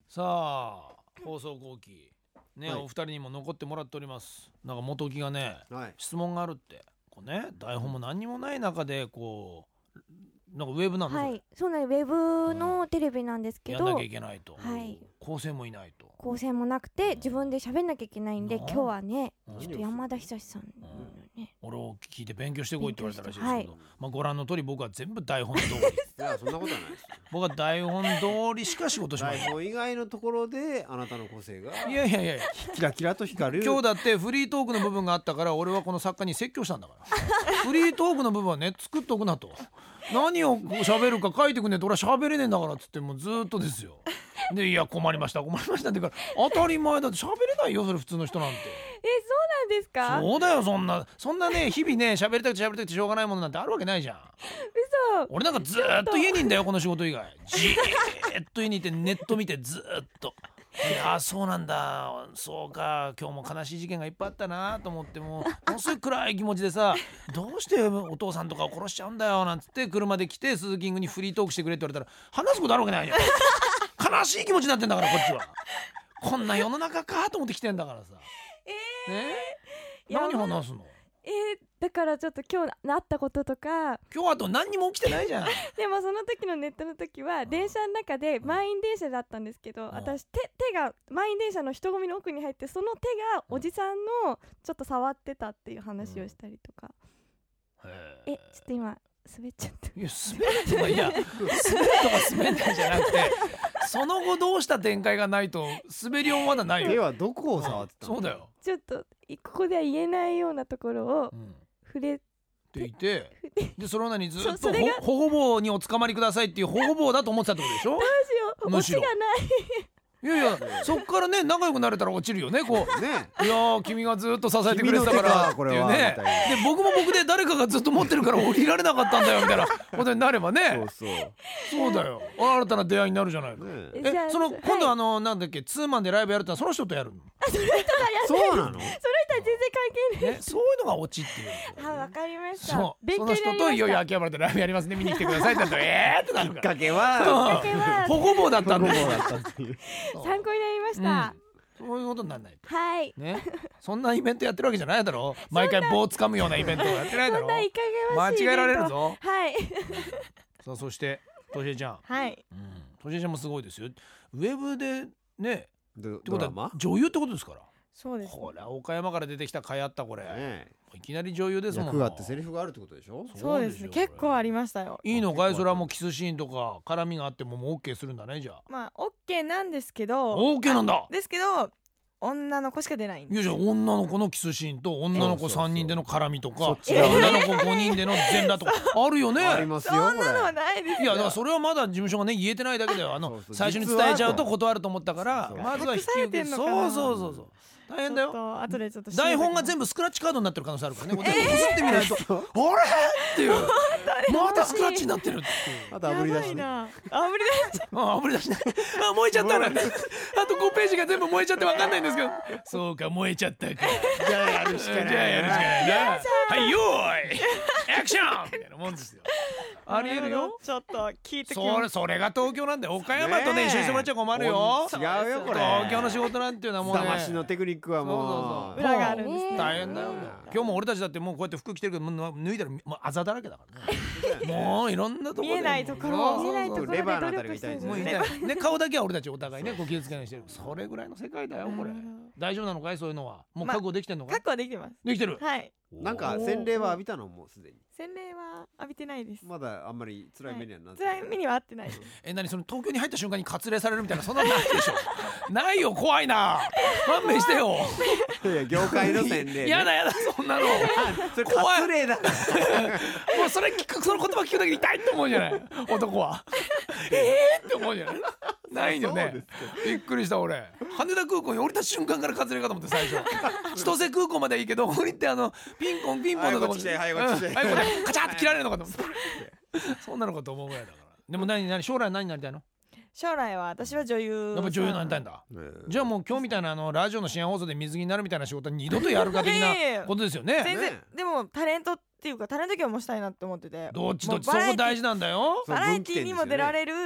さあ放送後期ね、 はい、 お二人にも残ってもらっております。なんか元木がね、 はい、 質問があるってこうね、台本も何にもない中でこうなんかウェブなの、 はい、そうなんです。ウェブのテレビなんですけど、 やんなきゃいけないと、 はい、 構成もいないと、 構成もなくて自分で喋んなきゃいけないんで、 な今日はね、 うんちょっと山田久志さんのね、 俺を聞いて勉強してこいって言われたらしいですけど、 はいまあ、ご覧の通り僕は全部台本通りいやそんなことはないですよ。 僕は台本通りしか仕事しま台せん。 本以外のところであなたの個性がいやいやいやいや、 キラキラと光る。 今日だってフリートークの部分があったから俺はこの作家に説教したんだからフリートークの部分はね作っとくなと、何を喋るか書いてくんねえと俺は喋れねえんだからっつってもうずっとですよ。でいや困りましたって言うから当たり前だって喋れないよそれ普通の人なんて。 そうなんですか？ そうだよ、そんなね日々ね喋りたくて喋りたくてしょうがないものなんてあるわけないじゃん。 嘘。 俺なんかずーっと家にいんだよこの仕事以外。じーっと家にいてネット見てずーっと。いやそうなんだ、そうか、今日も悲しい事件がいっぱいあったなと思ってものすごい暗い気持ちでさ、どうしてお父さんとかを殺しちゃうんだよなんつって車で来て鈴木キングにフリートークしてくれって言われたら話すことあるわけないじゃん悲しい気持ちになってんだからこっちは。こんな世の中かと思って来てんだからさ。ね、何話すの？ だからちょっと今日あったこととか、 今日あと何にも起きてないじゃんでもその時のネットの時は電車の中で満員電車だったんですけど、私手が満員電車の人混みの奥に入って、その手がおじさんのちょっと触ってたっていう話をしたりとか、ちょっと今滑っちゃった。 いや滑るとか、いや滑るとか滑んないじゃなくてその後どうした展開がないと滑り音まだないよ。 手はどこを触ってたの？ そうだよ。 ちょっとここでは言えないようなところを触れていて、でその名にずっとそれが保護棒にお捕まりくださいっていう保護棒だと思ってたってことでしょ。 どうしよう、オチがない。 いやいやそっからね仲良くなれたら落ちるよねこうね。 いや君がずっと支えてくれてたからっていうね。で僕も僕で誰かがずっと持ってるから降りられなかったんだよみたいなことになればねそうだよ、新たな出会いになるじゃないか、 ね、 その今度なんだっけツーマンでライブやるってのはその人とやるの？ その人がやそうなの？ その人は全然関係ない。 そういうのがオチっていう。 わかりました。 その勉強になりました。 人といよいよ秋葉原でライブやりますね見に来てくださいってなったらってなるから。 きっかけは保護棒だったんだよ。 参考になりました。 そういうことにならないはいね。そんなイベントやってるわけじゃないだろう。毎回棒掴むようなイベントをやってないだろう。 そんないかがわしいイベント間違えられるぞ。 はいさあそしてとしえちゃん、 はいとしえちゃんもすごいですよ。ウェブでねってドラマことは女優ってことですから。 そうですね。 これは岡山から出てきたかやったこれ、 ね。 いきなり女優ですもん。 役があってセリフがあるってことでしょ？ そうですね、結構ありましたよ。 いいのかいそれはもうキスシーンとか絡みがあってももう OK するんだね。じゃあまあ OK なんですけど、 OK なんだ。 ですけど女の子しか出ないんです。 いやじゃあ女の子のキスシーンと女の子3人での絡みとか違う女の子5人での全裸とかあるよね。 ありますよそんなのはないですよ。 いやだからそれはまだ事務所がね言えてないだけだよ。 そう最初に伝えちゃうと断ると思ったからそうまずは引き受け隠されてんのかな。 そう大変だよ。 後でちょっと台本が全部スクラッチカードになってる可能性あるからね。これ全部こすってみないとあれっていうまたスクラッチになってるっていう。 あと炙り出しね。 あぶり出し炙り出しね。燃えちゃったらね。あと5ページが全部燃えちゃって分かんないんですけど、そうか燃えちゃったか。 じゃあやるしかない。 じゃあやるしかないな。はいよーいアクションみたいなもんですよ。ありえるよ。 ちょっと聞いてきます。 それが東京なんで岡山とね一緒にしてもらっちゃ困るよ。 違うよこれ。 東京の仕事なんていうのはもうね騙しのテクニックはもう裏があるんですね。 大変だよ。今日も俺たちだってもうこうやって服着てるけどもう脱いだらもうあざだらけだからね。もういろんなところで見えないところそうレバーのあたりが痛いんですよね。 もう痛いね。顔だけは俺たちお互いねこう気をつけないようにしてる。それぐらいの世界だよこれ。大丈夫なのかいそういうのは。もう覚悟できてんのかい？ 覚悟はできてます。 できてる。 はい。 なんか洗礼は浴びたのもうすでに。 洗礼は浴びてないです。 まだあんまり辛い目にはなって辛い目には合ってないです。 何その東京に入った瞬間に割礼されるみたいなそんなのないでしょ。ないよ怖いな。勘弁してよ。 いや業界の洗礼ね。 やだそんなの。 それ割礼だ。 もうそれ聞くその言葉聞くだけで痛いって思うじゃない男は。って思うじゃない。ないよね。びっくりした俺。羽田空港に降りた瞬間から割礼かと思って最初。千歳空港まではいいけど降りてピンポンのとこはいこっち来てカチャって切られるのかと思ってそんなのかと思うぐらいだから。でも将来何になりたいの？ 将来は私は女優。 やっぱ女優になりたいんだ。じゃあもう今日みたいなラジオの深夜放送で水着になるみたいな仕事は二度とやるか的なことですよね。 全然でもタレントっていうかタレント業もしたいなって思ってて。 どっちそこ大事なんだよ。 バラエティにも出られる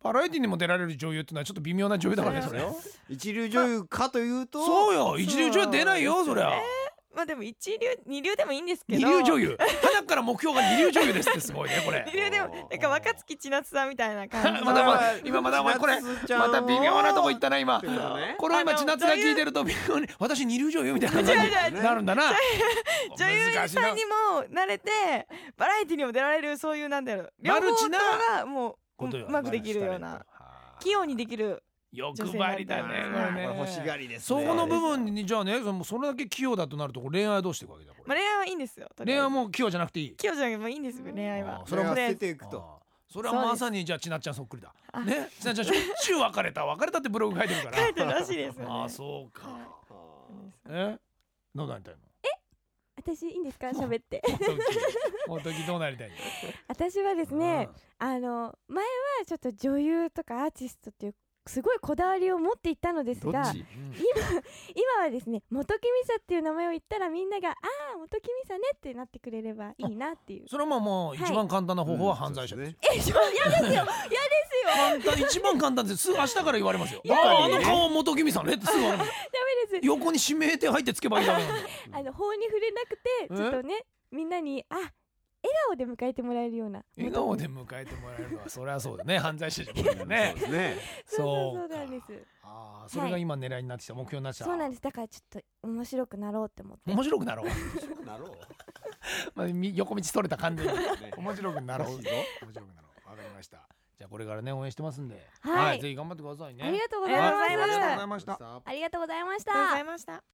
バラエティにも出られる女優ってのはちょっと微妙な女優だからねそれ。 一流女優かというとそうよ、一流女優出ないよそりゃ。 まあでも一流二流でもいいんですけど、 二流女優花から目標が二流女優ですってすごいねこれ。 二流でもなんか若槻千夏さんみたいな感じのまだ今まだお前これまた微妙なとこ行ったな今。これを今千夏が聞いてると微妙に私二流女優みたいな感じになるんだな。 女優さんにも慣れてバラエティにも出られる、そういうなんだろう、両方がもううまくできるような、器用にできる。 欲張りだねこれね。 欲しがりですね。 そこの部分にじゃあね、それだけ器用だとなると恋愛はどうしていくわけだこれ。 まあ恋愛はいいんですよ。 恋愛はもう器用じゃなくていい。 器用じゃなくてもいいんですよ恋愛は。 それは捨てていくと。 それはまさにじゃあちなっちゃんそっくりだね。ちなっちゃんしょっちゅう別れたってブログ書いてるから。 書いてるらしいですよね。 あ、そうか。どうなりたいの？ 私いいんですか喋って。 おときどうなりたいの？ 私はですね、前はちょっと女優とかアーティストっていうすごいこだわりを持っていたのですが、今はですね、本木美沙っていう名前を言ったらみんなが本木美沙ねってなってくれればいいなっていう。 それはもう一番簡単な方法は犯罪者です。 嫌ですよ簡単、一番簡単です。すぐ明日から言われますよ。あの顔は本木美沙ねってすぐ言われます。 ダメです。 横に指名手入ってつけばいいだけなんだ。 法に触れなくてちょっとね、みんなに笑顔で迎えてもらえるような。 笑顔で迎えてもらえるのはそれはそうだね。犯罪者じゃないよね。 そうなんです。 それが今狙いになってきた、目標になってきた。 そうなんです。だからちょっと面白くなろうって思って。 面白くなろう。まあ横道取れた完全に。面白くなろう。面白くなろう。わかりました。じゃあこれからね応援してますんで、ぜひ頑張ってくださいね。 ありがとうございました。 ありがとうございました。 ありがとうございました。 ありがとうございました。